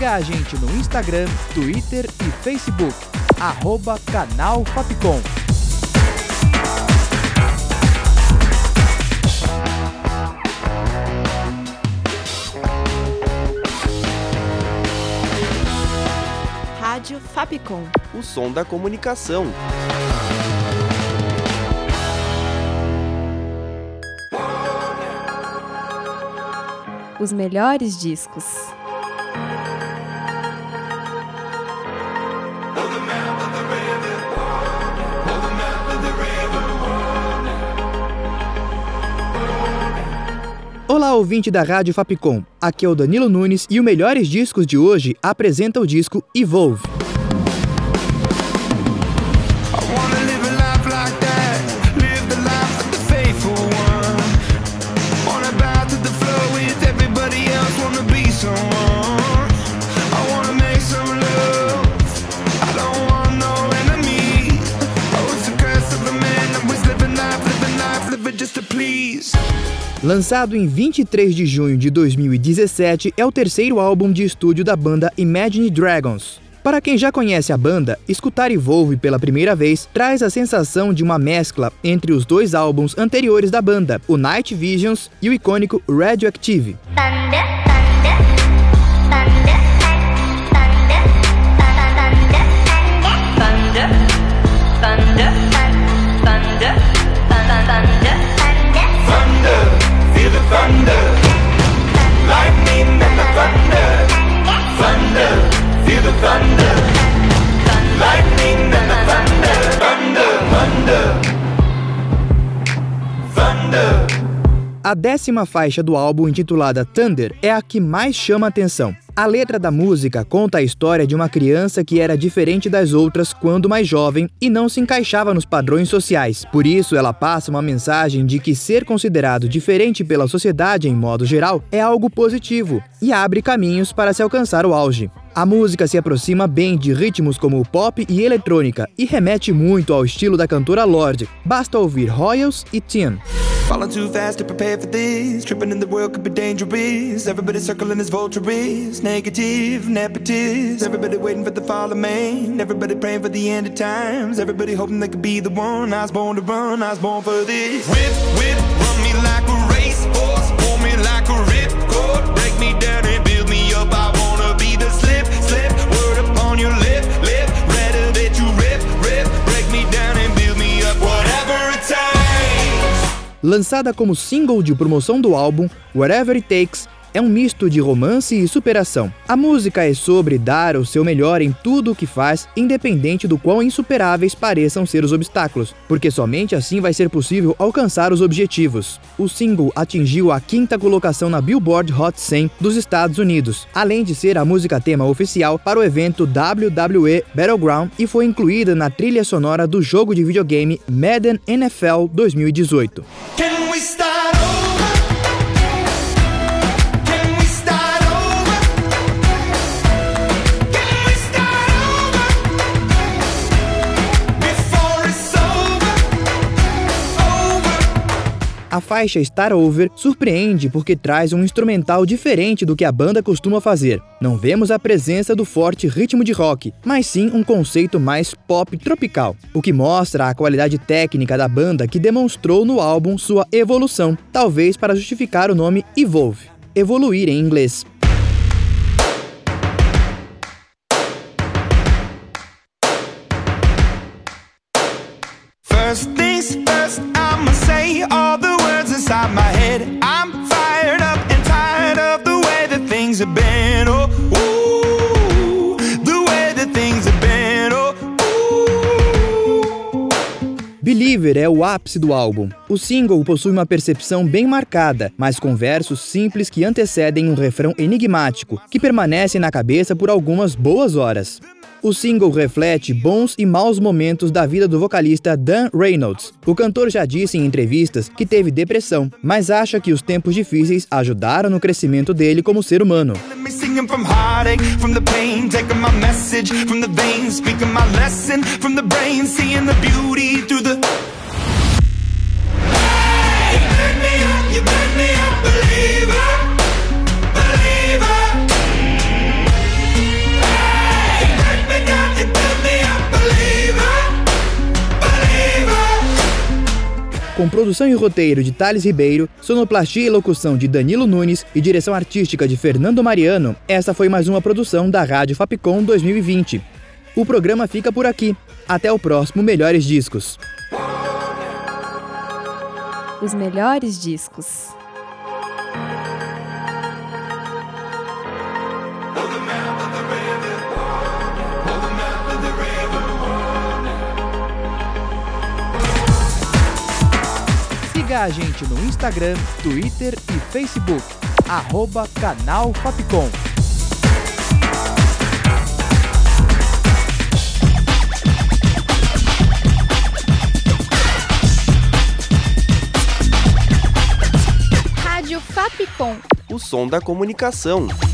Siga a gente no Instagram, Twitter e Facebook, @canal Fapcom. Rádio Fapcom. O som da comunicação. Os melhores discos. Olá, ouvinte da Rádio Fapcom. Aqui é o Danilo Nunes e o Melhores Discos de hoje apresenta o disco Evolve. Lançado em 23 de junho de 2017, é o terceiro álbum de estúdio da banda Imagine Dragons. Para quem já conhece a banda, escutar Evolve pela primeira vez traz a sensação de uma mescla entre os dois álbuns anteriores da banda, o Night Visions e o icônico Radioactive. A 10ª faixa do álbum, intitulada Thunder, é a que mais chama a atenção. A letra da música conta a história de uma criança que era diferente das outras quando mais jovem e não se encaixava nos padrões sociais. Por isso, ela passa uma mensagem de que ser considerado diferente pela sociedade em modo geral é algo positivo e abre caminhos para se alcançar o auge. A música se aproxima bem de ritmos como o pop e eletrônica e remete muito ao estilo da cantora Lorde. Basta ouvir Royals e Teen. Falling too fast to prepare for this. Tripping in the world could be dangerous. Everybody circling as vultures. Negative, nepotist. Everybody waiting for the fall of man. Everybody praying for the end of times. Everybody hoping they could be the one. I was born to run, I was born for this. Whip, whip, run me like a racehorse. Pull me like a ripcord. Break me down and build me up. I wanna be the slip, slip. Word upon your lip, lip. Rather that you rip, rip. Break me down and build me up. Whatever it takes. Lançada como single de promoção do álbum, Whatever It Takes é um misto de romance e superação. A música é sobre dar o seu melhor em tudo o que faz, independente do quão insuperáveis pareçam ser os obstáculos, porque somente assim vai ser possível alcançar os objetivos. O single atingiu a 5ª colocação na Billboard Hot 100 dos Estados Unidos, além de ser a música tema oficial para o evento WWE Battleground e foi incluída na trilha sonora do jogo de videogame Madden NFL 2018. A faixa Start Over surpreende porque traz um instrumental diferente do que a banda costuma fazer. Não vemos a presença do forte ritmo de rock, mas sim um conceito mais pop tropical, o que mostra a qualidade técnica da banda que demonstrou no álbum sua evolução, talvez para justificar o nome Evolve, evoluir em inglês. First things first, I'ma say all the words inside my head. I'm fired up and tired of the way that things have been. Oh, ooh, the way that things have been. Oh, ooh. Believer é o ápice do álbum. O single possui uma percepção bem marcada, mas com versos simples que antecedem um refrão enigmático, que permanece na cabeça por algumas boas horas. O single reflete bons e maus momentos da vida do vocalista Dan Reynolds. O cantor já disse em entrevistas que teve depressão, mas acha que os tempos difíceis ajudaram no crescimento dele como ser humano. com produção e roteiro de Thales Ribeiro, sonoplastia e locução de Danilo Nunes e direção artística de Fernando Mariano, essa foi mais uma produção da Rádio Fapcom 2020. O programa fica por aqui. Até o próximo Melhores Discos. Os melhores discos. Siga a gente no Instagram, Twitter e Facebook, @canal Fapcom. Rádio Fapcom. O som da comunicação.